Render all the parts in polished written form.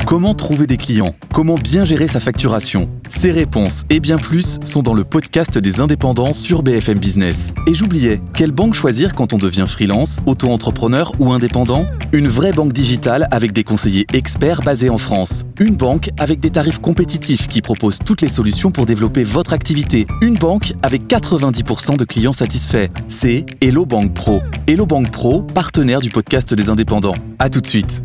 Comment trouver des clients ? Comment bien gérer sa facturation ? Ces réponses et bien plus sont dans le podcast des indépendants sur BFM Business. Et j'oubliais, quelle banque choisir quand on devient freelance, auto-entrepreneur ou indépendant ? Une vraie banque digitale avec des conseillers experts basés en France. Une banque avec des tarifs compétitifs qui propose toutes les solutions pour développer votre activité. Une banque avec 90% de clients satisfaits. C'est Hello Bank Pro. Hello Bank Pro, partenaire du podcast des indépendants. À tout de suite.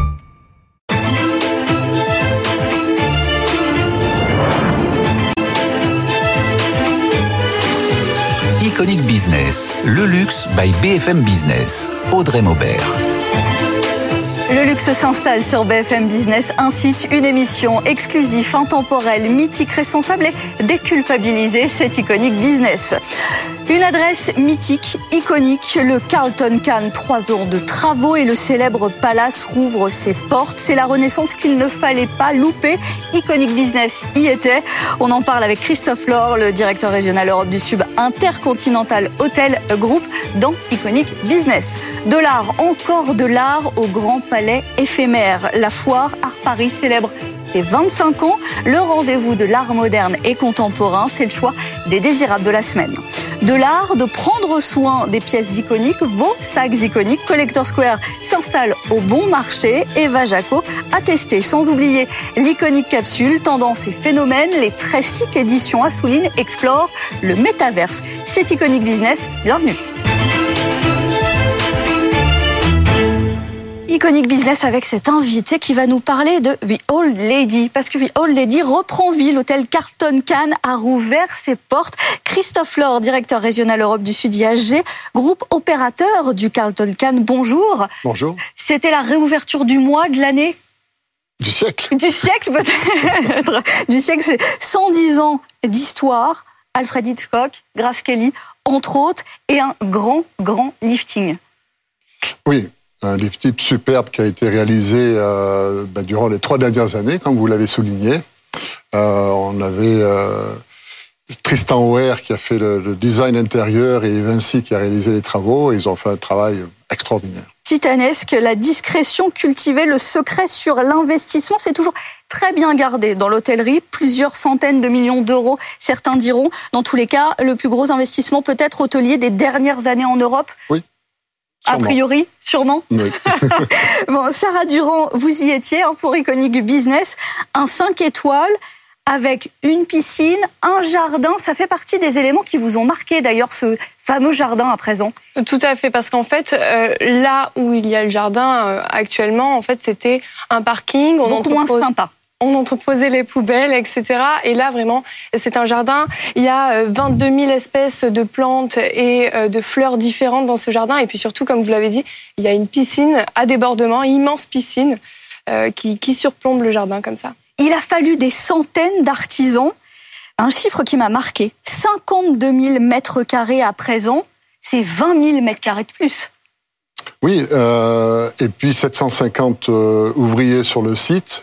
Iconic Business, le luxe by BFM Business. Audrey Maubert. Le luxe s'installe sur BFM Business, un site, une émission exclusive, intemporelle, mythique, responsable et déculpabilisée. C'est Iconic Business. Une adresse mythique, iconique, le Carlton Cannes, 3 ans de travaux et le célèbre palace rouvre ses portes. C'est la renaissance qu'il ne fallait pas louper. Iconic Business y était. On en parle avec Christophe Laure, le directeur régional Europe du Sud Intercontinental Hotel Group dans Iconic Business. De l'art, encore de l'art au Grand Palais éphémère. La foire Art Paris célèbre ses 25 ans. Le rendez-vous de l'art moderne et contemporain, c'est le choix des désirables de la semaine. De l'art, de prendre soin des pièces iconiques, vos sacs iconiques. Collector Square s'installe au bon marché. Eva Jaco a testé, sans oublier l'iconique capsule, tendance et phénomènes. Les très chic éditions Assouline explorent le métaverse. C'est Iconic Business, bienvenue. Iconic Business avec cet invité qui va nous parler de The Old Lady. Parce que The Old Lady reprend vie. L'hôtel Carlton Cannes a rouvert ses portes. Christophe Laure, directeur régional Europe du Sud IHG, groupe opérateur du Carlton Cannes. Bonjour. Bonjour. C'était la réouverture du mois, de l'année ? Du siècle. Du siècle peut-être. Du siècle, c'est 110 ans d'histoire. Alfred Hitchcock, Grace Kelly, entre autres, et un grand lifting. Oui. Un lifting superbe qui a été réalisé durant les 3 dernières années, comme vous l'avez souligné. On avait Tristan Auer qui a fait le design intérieur et Vinci qui a réalisé les travaux. Ils ont fait un travail extraordinaire. Titanesque, la discrétion, cultiver le secret sur l'investissement, c'est toujours très bien gardé dans l'hôtellerie. Plusieurs centaines de millions d'euros, certains diront. Dans tous les cas, le plus gros investissement peut-être hôtelier des dernières années en Europe. Oui. Sûrement. A priori, sûrement. Oui. Bon, Sarah Durand, vous y étiez pour Iconic Business. Un 5 étoiles avec une piscine, un jardin. Ça fait partie des éléments qui vous ont marqué d'ailleurs, ce fameux jardin à présent. Tout à fait, parce qu'en fait, là où il y a le jardin actuellement, en fait, c'était un parking. Beaucoup moins sympa. On entreposait les poubelles, etc. Et là, vraiment, c'est un jardin. Il y a 22 000 espèces de plantes et de fleurs différentes dans ce jardin. Et puis surtout, comme vous l'avez dit, il y a une piscine à débordement, une immense piscine qui surplombe le jardin comme ça. Il a fallu des centaines d'artisans. Un chiffre qui m'a marqué, 52 000 mètres carrés à présent, c'est 20 000 mètres carrés de plus. Oui, et puis 750 ouvriers sur le site.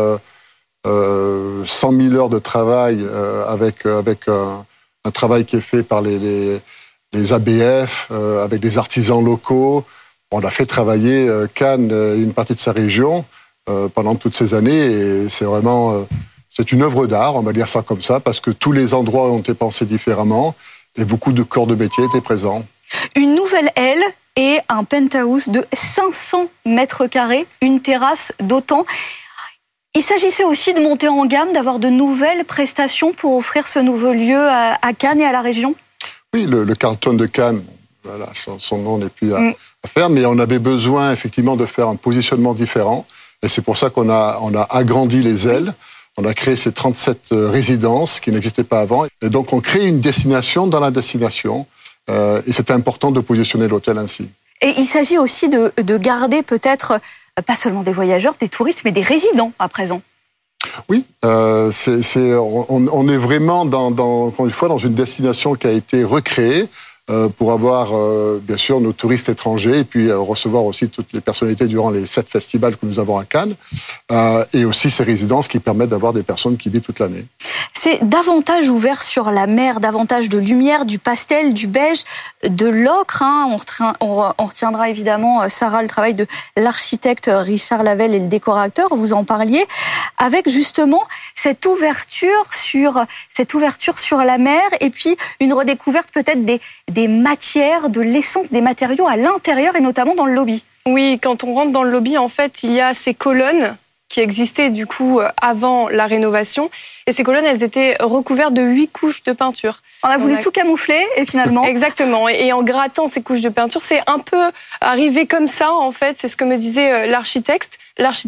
100 000 heures de travail avec un travail qui est fait par les ABF, avec des artisans locaux. On a fait travailler Cannes, une partie de sa région, pendant toutes ces années. Et c'est vraiment c'est une œuvre d'art, on va dire ça comme ça, parce que tous les endroits ont été pensés différemment et beaucoup de corps de métier étaient présents. Une nouvelle aile et un penthouse de 500 mètres carrés, une terrasse d'autant. Il s'agissait aussi de monter en gamme, d'avoir de nouvelles prestations pour offrir ce nouveau lieu à Cannes et à la région. Oui, le Carlton de Cannes, voilà, son nom n'est plus à faire, mais on avait besoin effectivement de faire un positionnement différent. Et c'est pour ça qu'on a agrandi les ailes. On a créé ces 37 résidences qui n'existaient pas avant. Et donc on crée une destination dans la destination. Et c'était important de positionner l'hôtel ainsi. Et il s'agit aussi de garder peut-être pas seulement des voyageurs, des touristes, mais des résidents à présent. Oui, on est vraiment encore une fois dans une destination qui a été recréée pour avoir bien sûr nos touristes étrangers et puis recevoir aussi toutes les personnalités durant les 7 festivals que nous avons à Cannes et aussi ces résidences qui permettent d'avoir des personnes qui vivent toute l'année. C'est davantage ouvert sur la mer, davantage de lumière, du pastel, du beige, de l'ocre. On retiendra évidemment, Sarah, le travail de l'architecte Richard Lavelle et le décorateur, vous en parliez, avec justement cette ouverture sur la mer et puis une redécouverte peut-être des matières, de l'essence des matériaux à l'intérieur et notamment dans le lobby. Oui, quand on rentre dans le lobby, en fait, il y a ces colonnes qui existaient du coup avant la rénovation. Et ces colonnes, elles étaient recouvertes de 8 couches de peinture. On a voulu tout camoufler et finalement... Exactement. Et en grattant ces couches de peinture, c'est un peu arrivé comme ça, en fait. C'est ce que me disait l'architecte.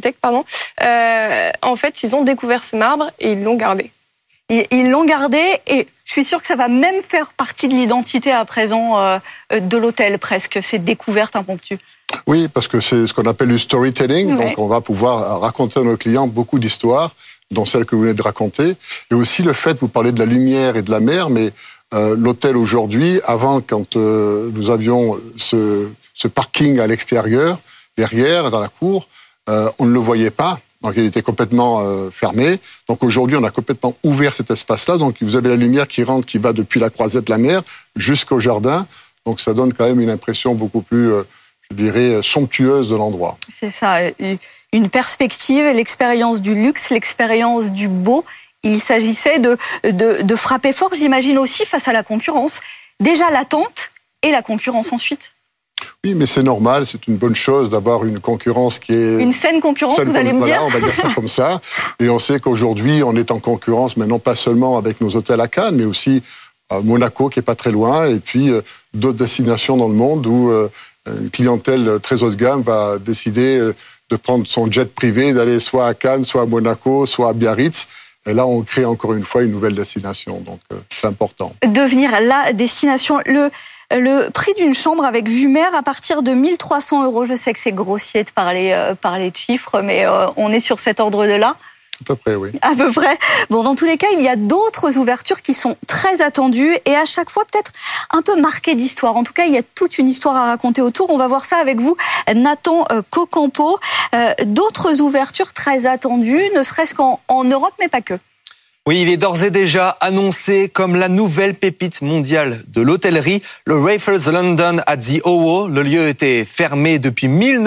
En fait, ils ont découvert ce marbre et ils l'ont gardé. Ils l'ont gardé et je suis sûre que ça va même faire partie de l'identité à présent de l'hôtel presque, ces découvertes impromptues. Oui, parce que c'est ce qu'on appelle du storytelling. Ouais. Donc, on va pouvoir raconter à nos clients beaucoup d'histoires, dont celle que vous venez de raconter. Et aussi le fait, vous parlez de la lumière et de la mer, mais l'hôtel aujourd'hui, avant, quand nous avions ce parking à l'extérieur, derrière, dans la cour, on ne le voyait pas. Donc, il était complètement fermé. Donc, aujourd'hui, on a complètement ouvert cet espace-là. Donc, vous avez la lumière qui rentre, qui va depuis la croisette de la mer jusqu'au jardin. Donc, ça donne quand même une impression beaucoup plus... je dirais, somptueuse de l'endroit. C'est ça, une perspective, l'expérience du luxe, l'expérience du beau. Il s'agissait de frapper fort, j'imagine aussi, face à la concurrence. Déjà l'attente et la concurrence ensuite. Oui, mais c'est normal, c'est une bonne chose d'avoir une concurrence qui est... Une saine concurrence, vous allez me dire. Voilà, on va dire ça comme ça. Et on sait qu'aujourd'hui, on est en concurrence, mais non pas seulement avec nos hôtels à Cannes, mais aussi à Monaco, qui est pas très loin, et puis d'autres destinations dans le monde où... une clientèle très haut de gamme va décider de prendre son jet privé, d'aller soit à Cannes, soit à Monaco, soit à Biarritz. Et là, on crée encore une fois une nouvelle destination. Donc, c'est important. Devenir la destination. Le prix d'une chambre avec vue mer à partir de 1 300 €. Je sais que c'est grossier de parler de chiffres, mais on est sur cet ordre-là. À peu près, oui. À peu près. Bon, dans tous les cas, il y a d'autres ouvertures qui sont très attendues et à chaque fois peut-être un peu marquées d'histoire. En tout cas, il y a toute une histoire à raconter autour. On va voir ça avec vous, Nathan Cocampo. D'autres ouvertures très attendues, ne serait-ce qu'en Europe, mais pas que. Oui, il est d'ores et déjà annoncé comme la nouvelle pépite mondiale de l'hôtellerie, le Raffles London at the Owo. Le lieu était fermé depuis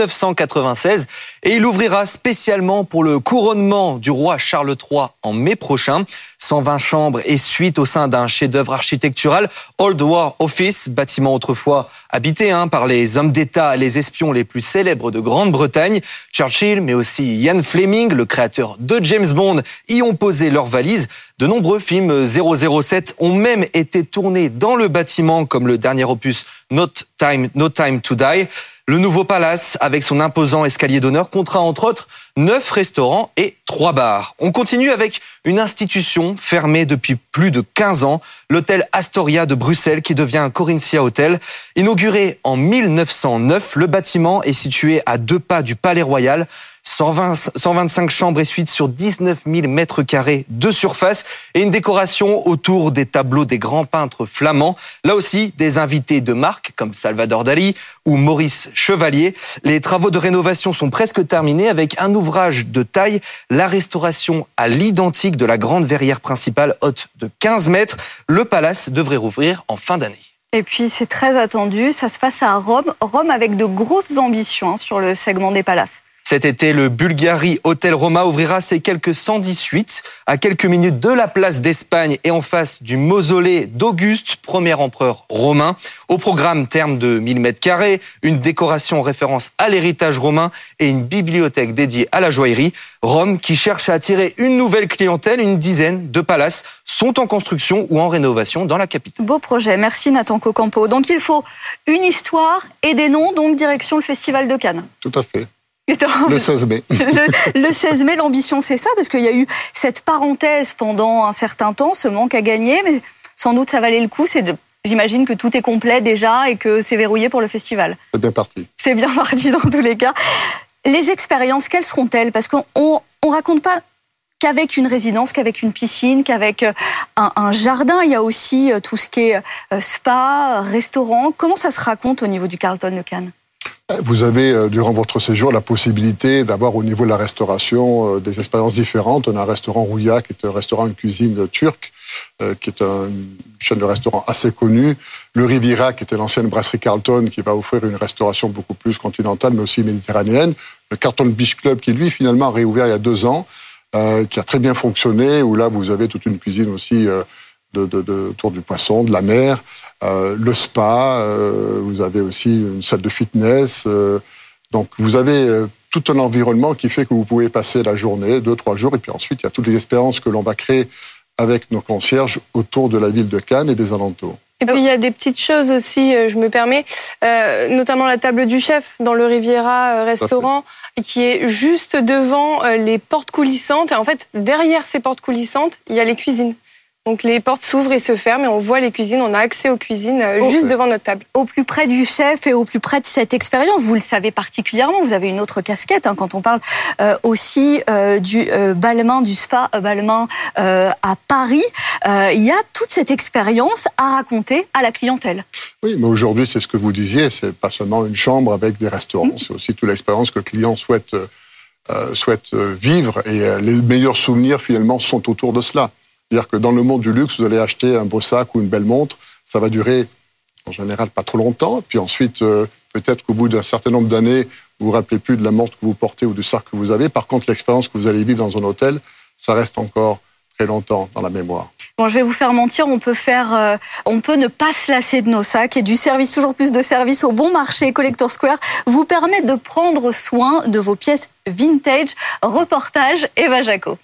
1996 et il ouvrira spécialement pour le couronnement du roi Charles III en mai prochain. 120 chambres et suites au sein d'un chef-d'œuvre architectural, Old War Office, bâtiment autrefois habité par les hommes d'État et les espions les plus célèbres de Grande-Bretagne. Churchill, mais aussi Ian Fleming, le créateur de James Bond, y ont posé leurs valises. De nombreux films 007 ont même été tournés dans le bâtiment, comme le dernier opus No Time to Die. Le nouveau palace, avec son imposant escalier d'honneur, comptera entre autres 9 restaurants et 3 bars. On continue avec une institution fermée depuis plus de 15 ans, l'hôtel Astoria de Bruxelles, qui devient un Corinthia Hotel. Inauguré en 1909, le bâtiment est situé à 2 pas du Palais Royal. 125 chambres et suites sur 19 000 mètres carrés de surface et une décoration autour des tableaux des grands peintres flamands. Là aussi, des invités de marque comme Salvador Dali ou Maurice Chevalier. Les travaux de rénovation sont presque terminés avec un ouvrage de taille, la restauration à l'identique de la grande verrière principale haute de 15 mètres. Le palace devrait rouvrir en fin d'année. Et puis, c'est très attendu, ça se passe à Rome. Rome avec de grosses ambitions sur le segment des palaces. Cet été, le Bulgari Hotel Roma ouvrira ses quelques 110 suites à quelques minutes de la place d'Espagne et en face du mausolée d'Auguste, premier empereur romain. Au programme, terme de 1000 m², une décoration en référence à l'héritage romain et une bibliothèque dédiée à la joaillerie. Rome qui cherche à attirer une nouvelle clientèle, une dizaine de palaces sont en construction ou en rénovation dans la capitale. Beau projet, merci Nathan Cocampo. Donc il faut une histoire et des noms, donc direction le Festival de Cannes. Tout à fait. Le 16 mai. Le 16 mai, l'ambition, c'est ça, parce qu'il y a eu cette parenthèse pendant un certain temps, ce manque à gagner, mais sans doute ça valait le coup. J'imagine que tout est complet déjà et que c'est verrouillé pour le festival. C'est bien parti. C'est bien parti dans tous les cas. Les expériences, quelles seront-elles ? Parce qu'on raconte pas qu'avec une résidence, qu'avec une piscine, qu'avec un jardin. Il y a aussi tout ce qui est spa, restaurant. Comment ça se raconte au niveau du Carlton de Cannes ? Vous avez, durant votre séjour, la possibilité d'avoir au niveau de la restauration des expériences différentes. On a un restaurant Rouya, qui est un restaurant, une cuisine turque, qui est une chaîne de restaurants assez connue. Le Riviera, qui était l'ancienne brasserie Carlton, qui va offrir une restauration beaucoup plus continentale, mais aussi méditerranéenne. Le Carlton Beach Club, qui lui, finalement, a réouvert il y a 2 ans, qui a très bien fonctionné, où là, vous avez toute une cuisine aussi autour du poisson, de la mer. Le spa, vous avez aussi une salle de fitness. Donc, vous avez tout un environnement qui fait que vous pouvez passer la journée, 2-3 jours, et puis ensuite, il y a toutes les expériences que l'on va créer avec nos concierges autour de la ville de Cannes et des alentours. Et puis il y a des petites choses aussi, je me permets, notamment la table du chef dans le Riviera restaurant, qui est juste devant les portes coulissantes. Et en fait, derrière ces portes coulissantes, il y a les cuisines. Donc les portes s'ouvrent et se ferment et on voit les cuisines, on a accès aux cuisines juste devant notre table. Au plus près du chef et au plus près de cette expérience, vous le savez particulièrement, vous avez une autre casquette quand on parle aussi du Balmain, du spa Balmain à Paris. Il y a toute cette expérience à raconter à la clientèle. Oui, mais aujourd'hui, c'est ce que vous disiez, c'est pas seulement une chambre avec des restaurants, c'est aussi toute l'expérience que le client souhaite vivre et les meilleurs souvenirs finalement sont autour de cela. C'est-à-dire que dans le monde du luxe, vous allez acheter un beau sac ou une belle montre, ça va durer en général pas trop longtemps. Puis ensuite, peut-être qu'au bout d'un certain nombre d'années, vous vous rappelez plus de la montre que vous portez ou du sac que vous avez. Par contre, l'expérience que vous allez vivre dans un hôtel, ça reste encore très longtemps dans la mémoire. Bon, je vais vous faire mentir, on peut ne pas se lasser de nos sacs et du service, toujours plus de service au bon marché. Collector Square vous permet de prendre soin de vos pièces vintage. Reportage Eva Jaco.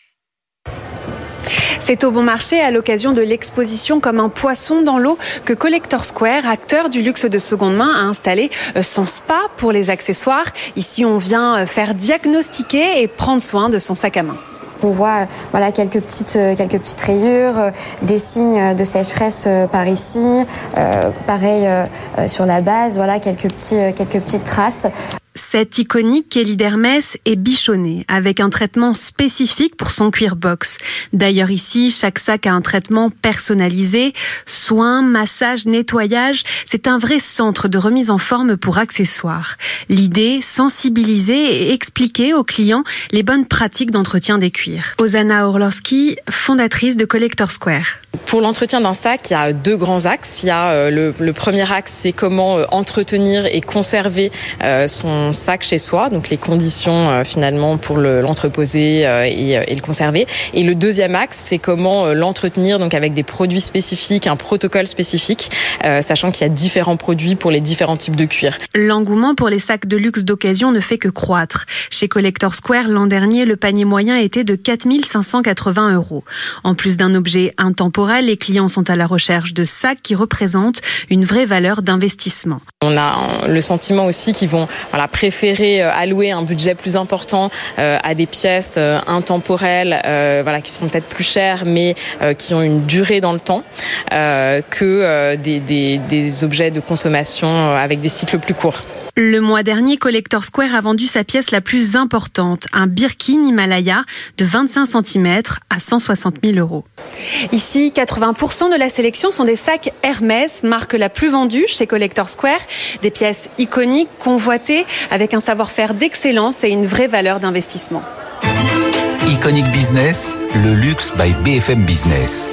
C'est au bon marché, à l'occasion de l'exposition Comme un poisson dans l'eau, que Collector Square, acteur du luxe de seconde main, a installé son spa pour les accessoires. Ici, on vient faire diagnostiquer et prendre soin de son sac à main. On voit quelques petites rayures, des signes de sécheresse par ici, pareil sur la base, quelques petites traces. Cette iconique Kelly d'Hermès est bichonnée avec un traitement spécifique pour son cuir box. D'ailleurs ici, chaque sac a un traitement personnalisé. Soins, massage, nettoyage, c'est un vrai centre de remise en forme pour accessoires. L'idée, sensibiliser et expliquer aux clients les bonnes pratiques d'entretien des cuirs. Ozana Orlowski, fondatrice de Collector Square. Pour l'entretien d'un sac, il y a 2 grands axes. Il y a le premier axe, c'est comment entretenir et conserver son sac chez soi, donc les conditions finalement pour l'entreposer et le conserver. Et le deuxième axe, c'est comment l'entretenir, donc avec des produits spécifiques, un protocole spécifique, sachant qu'il y a différents produits pour les différents types de cuir. L'engouement pour les sacs de luxe d'occasion ne fait que croître. Chez Collector Square, l'an dernier, le panier moyen était de 4 580 €. En plus d'un objet intemporel, les clients sont à la recherche de sacs qui représentent une vraie valeur d'investissement. On a le sentiment aussi qu'ils vont préférer allouer un budget plus important à des pièces intemporelles qui sont peut-être plus chères mais qui ont une durée dans le temps que des objets de consommation avec des cycles plus courts. Le mois dernier, Collector Square a vendu sa pièce la plus importante, un Birkin Himalaya de 25 cm à 160 000 €. Ici, 80% de la sélection sont des sacs Hermès, marque la plus vendue chez Collector Square. Des pièces iconiques, convoitées, avec un savoir-faire d'excellence et une vraie valeur d'investissement. Iconic Business, le luxe by BFM Business.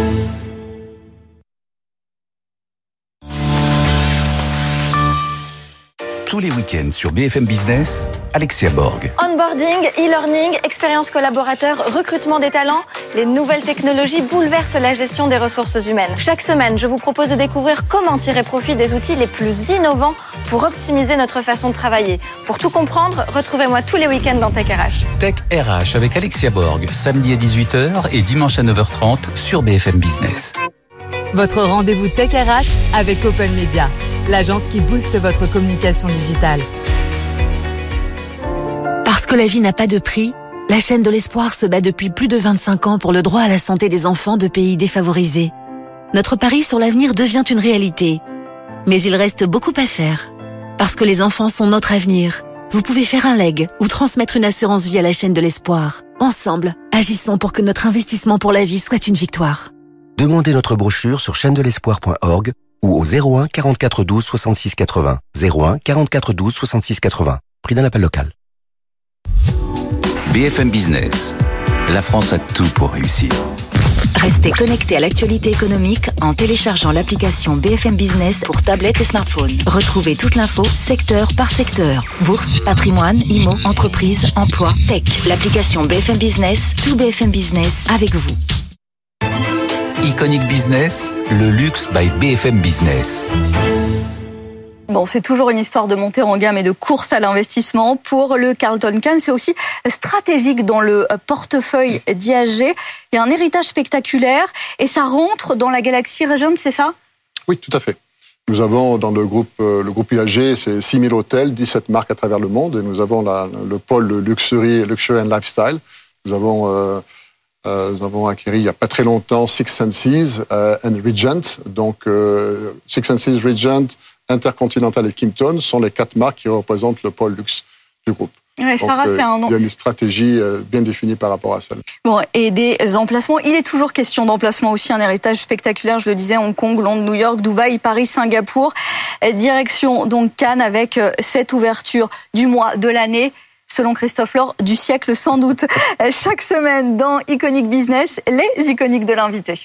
Tous les week-ends sur BFM Business, Alexia Borg. Onboarding, e-learning, expérience collaborateur, recrutement des talents, les nouvelles technologies bouleversent la gestion des ressources humaines. Chaque semaine, je vous propose de découvrir comment tirer profit des outils les plus innovants pour optimiser notre façon de travailler. Pour tout comprendre, retrouvez-moi tous les week-ends dans Tech RH. Tech RH avec Alexia Borg, samedi à 18h et dimanche à 9h30 sur BFM Business. Votre rendez-vous Tech RH avec Open Media, l'agence qui booste votre communication digitale. Parce que la vie n'a pas de prix, la chaîne de l'espoir se bat depuis plus de 25 ans pour le droit à la santé des enfants de pays défavorisés. Notre pari sur l'avenir devient une réalité. Mais il reste beaucoup à faire. Parce que les enfants sont notre avenir, vous pouvez faire un leg ou transmettre une assurance vie à la chaîne de l'espoir. Ensemble, Agissons pour que notre investissement pour la vie soit une victoire. Demandez notre brochure sur chaîne-de-l'espoir.org ou au 01 44 12 66 80. 01 44 12 66 80. Prix d'un appel local. BFM Business. La France a tout pour réussir. Restez connectés à l'actualité économique en téléchargeant l'application BFM Business pour tablette et smartphone. Retrouvez toute l'info secteur par secteur. Bourse, patrimoine, IMO, entreprise, emploi, tech. L'application BFM Business, tout BFM Business avec vous. Iconic Business, le luxe by BFM Business. Bon, c'est toujours une histoire de montée en gamme et de course à l'investissement. Pour le Carlton Cannes, c'est aussi stratégique dans le portefeuille d'IAG. Il y a un héritage spectaculaire et ça rentre dans la Galaxy Region, c'est ça ? Oui, tout à fait. Nous avons dans le groupe IAG, c'est 6000 hôtels, 17 marques à travers le monde et nous avons le pôle Luxury and Lifestyle. Nous avons acquis il n'y a pas très longtemps Six Senses and Regent. Donc, Six Senses, Regent, Intercontinental et Kimpton sont les 4 marques qui représentent le pôle luxe du groupe. Ouais, donc, Sarah, c'est un nom. Il y a une stratégie bien définie par rapport à ça. Bon, et des emplacements. Il est toujours question d'emplacement aussi, un héritage spectaculaire. Je le disais, Hong Kong, Londres, New York, Dubaï, Paris, Singapour. Direction donc Cannes avec cette ouverture du mois, de l'année. Selon Christophe Laure, du siècle sans doute. Chaque semaine dans Iconic Business, les iconiques de l'invité.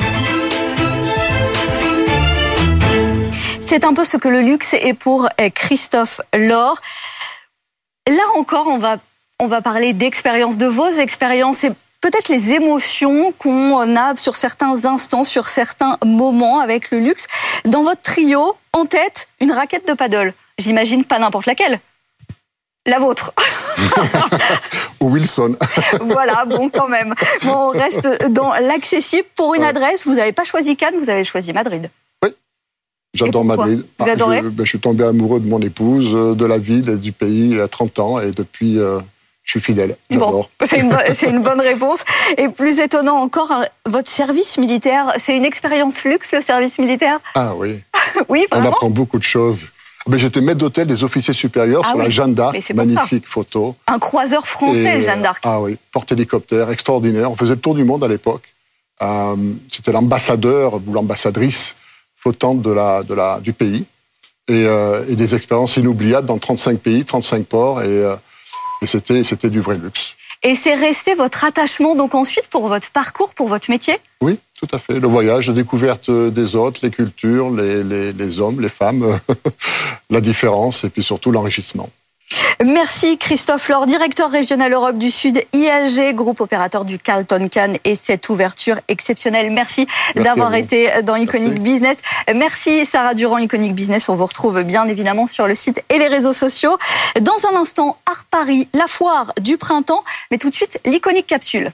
C'est un peu ce que le luxe est pour Christophe Laure. Là encore, on va parler d'expériences, de vos expériences et peut-être les émotions qu'on a sur certains instants, sur certains moments avec le luxe. Dans votre trio, en tête, une raquette de paddle. J'imagine pas n'importe laquelle. La vôtre. Ou Wilson. Voilà, bon quand même. Bon, on reste dans l'accessible. Pour une adresse, vous n'avez pas choisi Cannes, vous avez choisi Madrid. Oui, j'adore Madrid. Vous adorez ? Je suis tombé amoureux de mon épouse, de la ville et du pays à 30 ans et depuis, je suis fidèle. J'adore. Bon, c'est une bonne réponse. Et plus étonnant encore, votre service militaire, c'est une expérience luxe, le service militaire ? Ah oui. Oui, vraiment ? On apprend beaucoup de choses. Mais j'étais maître d'hôtel des officiers supérieurs sur la Jeanne d'Arc, magnifique photo. Un croiseur français, Jeanne d'Arc. Ah oui, porte-hélicoptère, extraordinaire. On faisait le tour du monde à l'époque. C'était l'ambassadeur ou l'ambassadrice flottante du pays. Et des expériences inoubliables dans 35 pays, 35 ports. Et c'était du vrai luxe. Et c'est resté votre attachement donc ensuite pour votre parcours, pour votre métier ? Oui, tout à fait. Le voyage, la découverte des autres, les cultures, les hommes, les femmes, la différence et puis surtout l'enrichissement. Merci Christophe Laure, directeur régional Europe du Sud, IAG, groupe opérateur du Carlton Cannes et cette ouverture exceptionnelle. Merci d'avoir été dans Iconic Business. Merci Sarah Durand, Iconic Business. On vous retrouve bien évidemment sur le site et les réseaux sociaux. Dans un instant, Art Paris, la foire du printemps. Mais tout de suite, l'Iconic Capsule.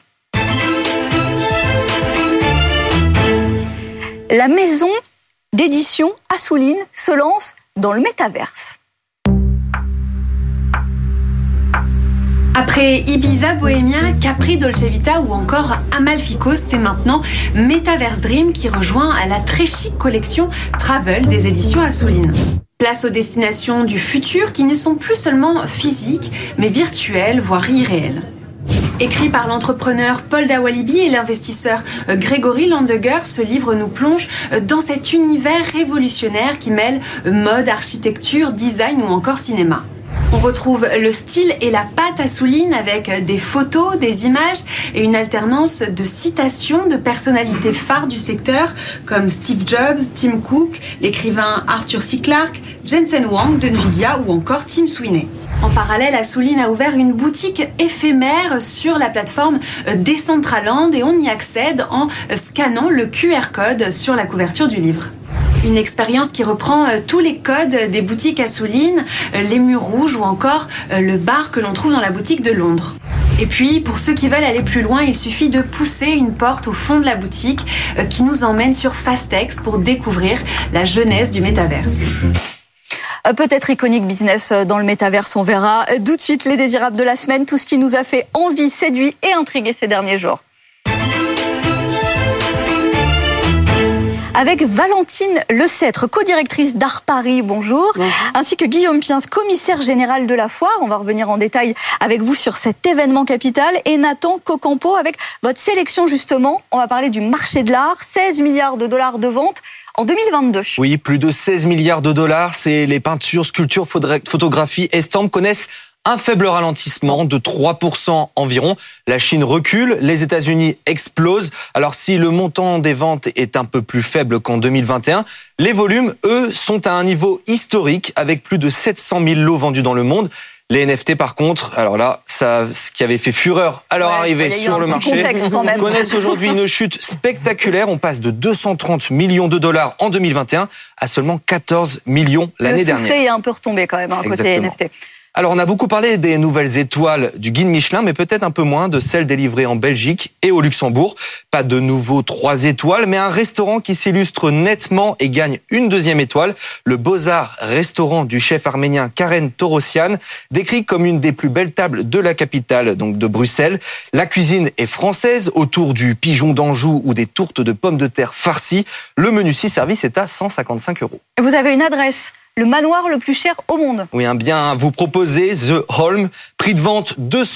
La maison d'édition Assouline se lance dans le métaverse. Après Ibiza, Bohémien, Capri, Dolce Vita ou encore Amalfi Coast, c'est maintenant Metaverse Dream qui rejoint la très chic collection Travel des éditions Assouline. Place aux destinations du futur qui ne sont plus seulement physiques, mais virtuelles, voire irréelles. Écrit par l'entrepreneur Paul Dawalibi et l'investisseur Grégory Landegger, ce livre nous plonge dans cet univers révolutionnaire qui mêle mode, architecture, design ou encore cinéma. On retrouve le style et la patte Assouline avec des photos, des images et une alternance de citations de personnalités phares du secteur comme Steve Jobs, Tim Cook, l'écrivain Arthur C. Clarke, Jensen Huang de Nvidia ou encore Tim Sweeney. En parallèle, Assouline a ouvert une boutique éphémère sur la plateforme Decentraland et on y accède en scannant le QR code sur la couverture du livre. Une expérience qui reprend tous les codes des boutiques Assouline, les murs rouges ou encore le bar que l'on trouve dans la boutique de Londres. Et puis, pour ceux qui veulent aller plus loin, il suffit de pousser une porte au fond de la boutique qui nous emmène sur Fastex pour découvrir la jeunesse du métaverse. Peut-être Iconic Business dans le métaverse, on verra. Tout de suite, les désirables de la semaine, tout ce qui nous a fait envie, séduit et intrigué ces derniers jours. avec Valentine Lecêtre, co-directrice d'Art Paris, bonjour, ainsi que Guillaume Piens, commissaire général de la foire. On va revenir en détail avec vous sur cet événement capital. Et Nathan Cocampo, avec votre sélection justement, on va parler du marché de l'art, 16 milliards de dollars de ventes en 2022. Oui, plus de 16 milliards de dollars, c'est les peintures, sculptures, photographies, estampes connaissent un faible ralentissement de 3% environ. La Chine recule, les États-Unis explosent. Alors si le montant des ventes est un peu plus faible qu'en 2021, les volumes, eux, sont à un niveau historique avec plus de 700 000 lots vendus dans le monde. Les NFT, par contre, alors là, ce qui avait fait fureur à leur arrivée sur le marché, connaissent aujourd'hui une chute spectaculaire. On passe de 230 millions de dollars en 2021 à seulement 14 millions l'année dernière. Le soufflet est un peu retombé quand même, côté NFT. Alors, on a beaucoup parlé des nouvelles étoiles du guide Michelin, mais peut-être un peu moins de celles délivrées en Belgique et au Luxembourg. Pas de nouveaux 3 étoiles, mais un restaurant qui s'illustre nettement et gagne une 2e étoile. Le Beaux-Arts restaurant du chef arménien Karen Torossian, décrit comme une des plus belles tables de la capitale, donc de Bruxelles. La cuisine est française, autour du pigeon d'Anjou ou des tourtes de pommes de terre farcies. Le menu 6 services est à 155 €. Vous avez une adresse ? Le manoir le plus cher au monde. Oui, un bien à vous proposer, The Holm, prix de vente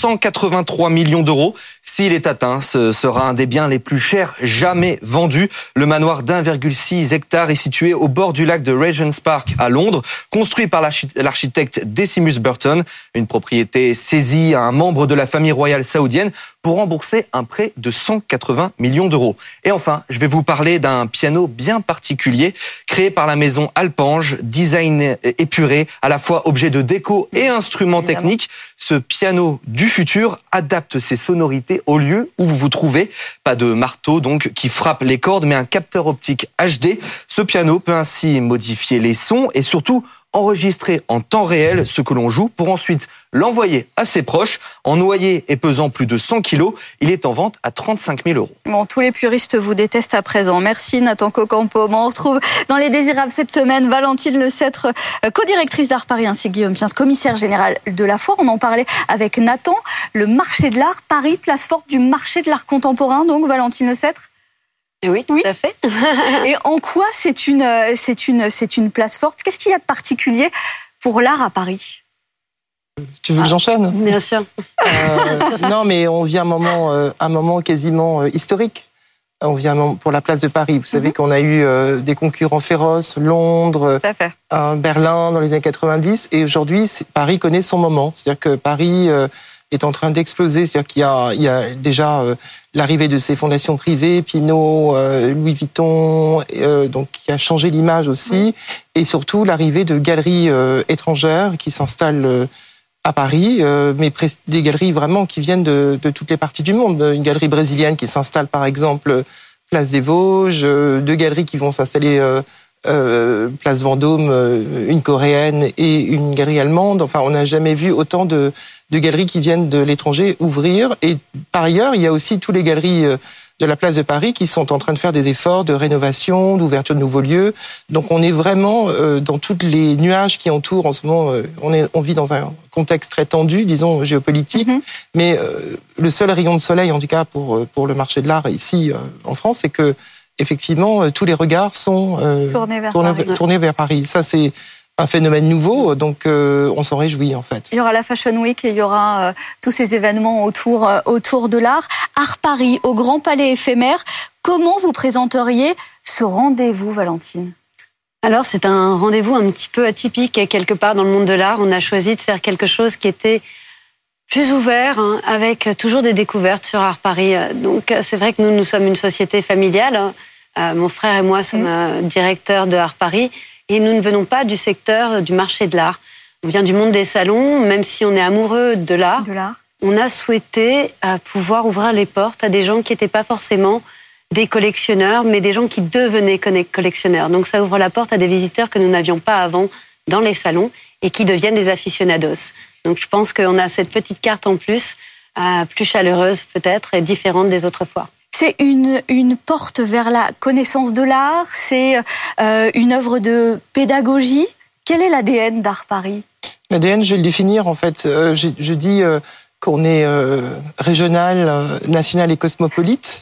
283 millions d'euros. S'il est atteint, ce sera un des biens les plus chers jamais vendus. Le manoir d'1,6 hectare est situé au bord du lac de Regent's Park à Londres, construit par l'architecte Decimus Burton, une propriété saisie à un membre de la famille royale saoudienne pour rembourser un prêt de 180 millions d'euros. Et enfin, je vais vous parler d'un piano bien particulier, créé par la maison Alpange, design épuré, à la fois objet de déco et instrument technique. Ce piano du futur adapte ses sonorités au lieu où vous vous trouvez. Pas de marteau donc qui frappe les cordes, mais un capteur optique HD. Ce piano peut ainsi modifier les sons et surtout enregistrer en temps réel ce que l'on joue pour ensuite l'envoyer à ses proches. En noyer et pesant plus de 100 kilos, il est en vente à 35 000 €. Bon, tous les puristes vous détestent à présent. Merci Nathan Cocampo. On retrouve dans les Désirables cette semaine Valentine Lecêtre, co-directrice d'Art Paris, ainsi que Guillaume Piens, commissaire général de la foire. On en parlait avec Nathan. Le marché de l'art, Paris, place forte du marché de l'art contemporain, donc Valentine Lecêtre. Oui, tout à fait. Et en quoi c'est une place forte ? Qu'est-ce qu'il y a de particulier pour l'art à Paris ? Tu veux que j'enchaîne ? Bien sûr. Non, mais on vit un moment quasiment historique. On vient pour la place de Paris. Vous savez qu'on a eu des concurrents féroces, Londres, Berlin dans les années 90, et aujourd'hui, Paris connaît son moment. C'est-à-dire que Paris est en train d'exploser. C'est-à-dire qu'il y a déjà l'arrivée de ces fondations privées, Pinault, Louis Vuitton, donc qui a changé l'image aussi, et surtout l'arrivée de galeries étrangères qui s'installent à Paris, mais des galeries vraiment qui viennent de toutes les parties du monde. Une galerie brésilienne qui s'installe par exemple Place des Vosges, 2 galeries qui vont s'installer Place Vendôme, une coréenne et une galerie allemande. Enfin, on n'a jamais vu autant de galeries qui viennent de l'étranger ouvrir. Et par ailleurs, il y a aussi tous les galeries de la place de Paris qui sont en train de faire des efforts de rénovation, d'ouverture de nouveaux lieux. Donc on est vraiment dans tous les nuages qui entourent en ce moment. On vit dans un contexte très tendu, disons, géopolitique. Mais le seul rayon de soleil, en tout cas pour le marché de l'art ici en France, c'est que effectivement tous les regards sont tournés vers Paris. Ça, c'est un phénomène nouveau, donc on s'en réjouit en fait. Il y aura la Fashion Week et il y aura tous ces événements autour de l'art. Art Paris, au Grand Palais éphémère. Comment vous présenteriez ce rendez-vous, Valentine ? Alors, c'est un rendez-vous un petit peu atypique quelque part dans le monde de l'art. On a choisi de faire quelque chose qui était plus ouvert, avec toujours des découvertes sur Art Paris. Donc, c'est vrai que nous sommes une société familiale. Mon frère et moi sommes directeurs de Art Paris. Et nous ne venons pas du secteur du marché de l'art. On vient du monde des salons, même si on est amoureux de l'art. On a souhaité pouvoir ouvrir les portes à des gens qui n'étaient pas forcément des collectionneurs, mais des gens qui devenaient collectionneurs. Donc ça ouvre la porte à des visiteurs que nous n'avions pas avant dans les salons et qui deviennent des aficionados. Donc je pense qu'on a cette petite carte en plus, plus chaleureuse peut-être et différente des autres fois. C'est une porte vers la connaissance de l'art, c'est une œuvre de pédagogie. Quel est l'ADN d'Art Paris ? L'ADN, je vais le définir en fait. Je dis qu'on est régional, national et cosmopolite.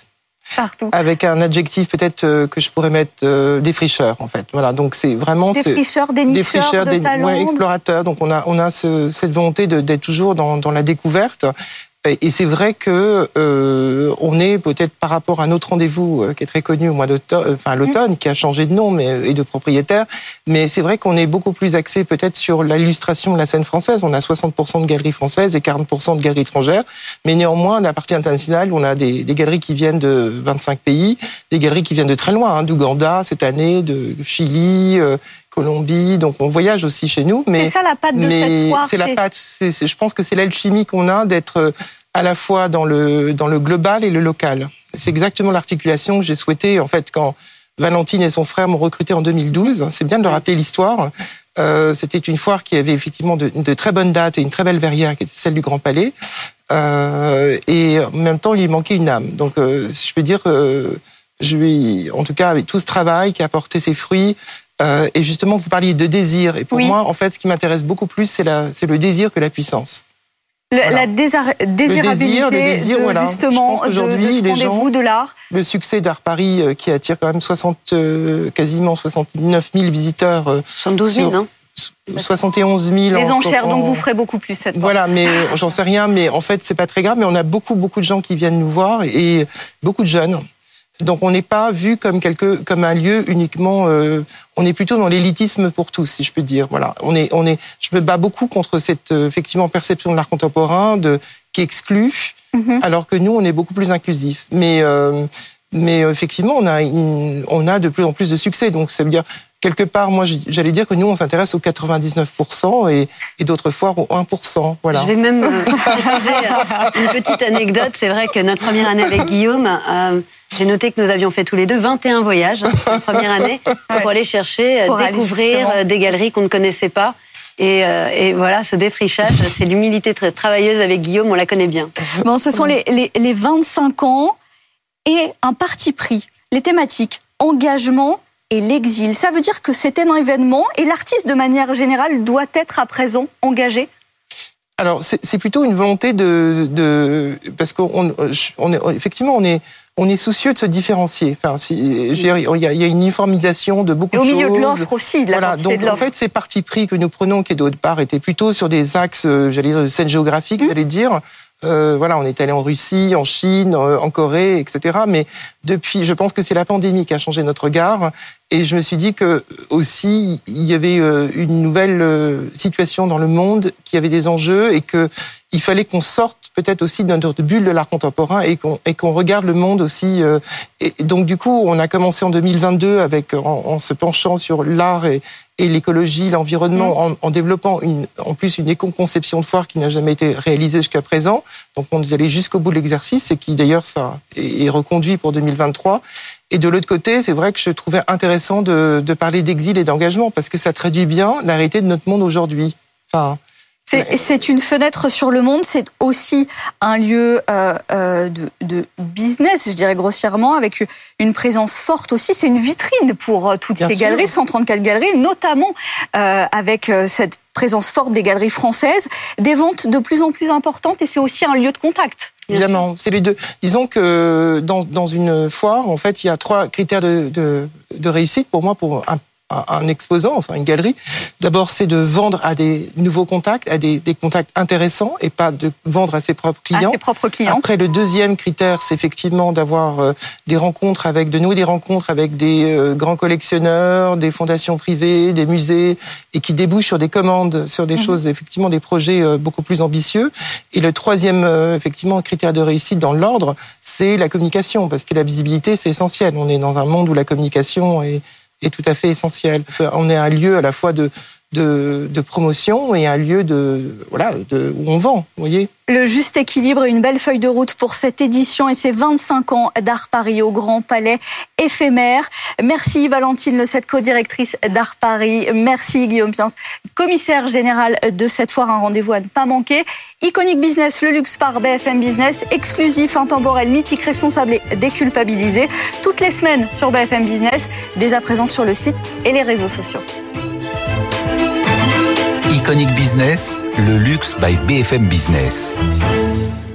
Partout. Avec un adjectif peut-être que je pourrais mettre défricheur en fait. Voilà, donc c'est vraiment défricheur, dénicheur de talents. Explorateur. Donc on a cette volonté d'être toujours dans la découverte. Et c'est vrai que on est peut-être par rapport à un autre rendez-vous qui est très connu au mois d'automne, à l'automne, qui a changé de nom et de propriétaire. Mais c'est vrai qu'on est beaucoup plus axé peut-être sur l'illustration de la scène française. On a 60% de galeries françaises et 40% de galeries étrangères. Mais néanmoins, la partie internationale, on a des galeries qui viennent de 25 pays, des galeries qui viennent de très loin, d'Ouganda cette année, de Chili. Colombie, donc on voyage aussi chez nous. Mais c'est ça la patte de cette foire. C'est la patte. Je pense que c'est l'alchimie qu'on a d'être à la fois dans le global et le local. C'est exactement l'articulation que j'ai souhaité en fait quand Valentine et son frère m'ont recruté en 2012. C'est bien de leur rappeler l'histoire. C'était une foire qui avait effectivement de très bonnes dates et une très belle verrière qui était celle du Grand Palais. Et en même temps, il lui manquait une âme. Donc, je peux dire, en tout cas, avec tout ce travail qui a porté ses fruits. Et justement, vous parliez de désir. Et pour moi, en fait, ce qui m'intéresse beaucoup plus, c'est le désir que la puissance. La désirabilité justement de ce rendez-vous de l'art. Le succès d'Art Paris qui attire quand même quasiment 69 000 visiteurs. 72 000, non 71 000. Les enchères, donc vous ferez beaucoup plus cette fois. Voilà, mais j'en sais rien, mais en fait, c'est pas très grave. Mais on a beaucoup de gens qui viennent nous voir et beaucoup de jeunes. Donc on n'est pas vu comme un lieu uniquement. On est plutôt dans l'élitisme pour tous, si je peux dire. Voilà, je me bats beaucoup contre cette effectivement perception de l'art contemporain qui exclut, alors que nous on est beaucoup plus inclusif. Mais effectivement on a de plus en plus de succès. Donc ça veut dire quelque part, moi j'allais dire que nous on s'intéresse aux 99% et d'autres fois aux 1%. Voilà. Je vais même préciser une petite anecdote. C'est vrai que notre première année avec Guillaume. J'ai noté que nous avions fait tous les deux 21 voyages la première année pour aller chercher, découvrir des galeries qu'on ne connaissait pas. Et voilà, ce défrichage, c'est l'humilité très travailleuse avec Guillaume, on la connaît bien. Bon, ce sont les 25 ans et un parti pris. Les thématiques, engagement et l'exil. Ça veut dire que c'est un événement et l'artiste, de manière générale, doit être à présent engagé. Alors, c'est plutôt une volonté parce qu'effectivement, on est soucieux de se différencier. Enfin, il y a une uniformisation de beaucoup de choses. Et au milieu de l'offre aussi, de la quantité de l'offre. En fait, ces partis pris que nous prenons, qui d'autre part étaient plutôt sur des axes, de scène géographique, j'allais dire. On est allé en Russie, en Chine, en Corée, etc. Mais depuis, je pense que c'est la pandémie qui a changé notre regard. Et je me suis dit que aussi il y avait une nouvelle situation dans le monde, qui avait des enjeux et que il fallait qu'on sorte peut-être aussi de notre bulle de l'art contemporain et qu'on regarde le monde aussi. Et donc du coup, on a commencé en 2022 en se penchant sur l'art et l'écologie, l'environnement, en développant en plus une éco-conception de foire qui n'a jamais été réalisée jusqu'à présent. Donc on est allé jusqu'au bout de l'exercice et qui d'ailleurs ça est reconduit pour 2023. Et de l'autre côté, c'est vrai que je trouvais intéressant de parler d'exil et d'engagement parce que ça traduit bien la réalité de notre monde aujourd'hui. Enfin, c'est une fenêtre sur le monde, c'est aussi un lieu de business, je dirais grossièrement, avec une présence forte aussi. C'est une vitrine pour toutes ces galeries, 134 galeries, notamment avec cette présence forte des galeries françaises, des ventes de plus en plus importantes et c'est aussi un lieu de contact. Évidemment, c'est les deux. Disons que dans une foire, en fait, il y a 3 critères de réussite pour moi, pour un exposant, enfin une galerie. D'abord, c'est de vendre à des nouveaux contacts, à des contacts intéressants et pas de vendre à ses propres clients. À ses propres clients. Après, le deuxième critère, c'est effectivement d'avoir de nouer des rencontres avec des grands collectionneurs, des fondations privées, des musées et qui débouchent sur des commandes, sur des choses, effectivement, des projets beaucoup plus ambitieux. Et le troisième, effectivement, critère de réussite dans l'ordre, c'est la communication parce que la visibilité, c'est essentiel. On est dans un monde où la communication est tout à fait essentiel. On est un lieu à la fois de promotion et un lieu où on vend, vous voyez. Le juste équilibre et une belle feuille de route pour cette édition et ces 25 ans d'Art Paris au Grand Palais éphémère. Merci Valentine Lesette, co-directrice d'Art Paris. Merci Guillaume Piens, commissaire général de cette foire. Un rendez-vous à ne pas manquer. Iconic Business, le luxe par BFM Business, exclusif, intemporel, mythique, responsable et déculpabilisé. Toutes les semaines sur BFM Business, dès à présent sur le site et les réseaux sociaux. Iconic Business, le luxe by BFM Business.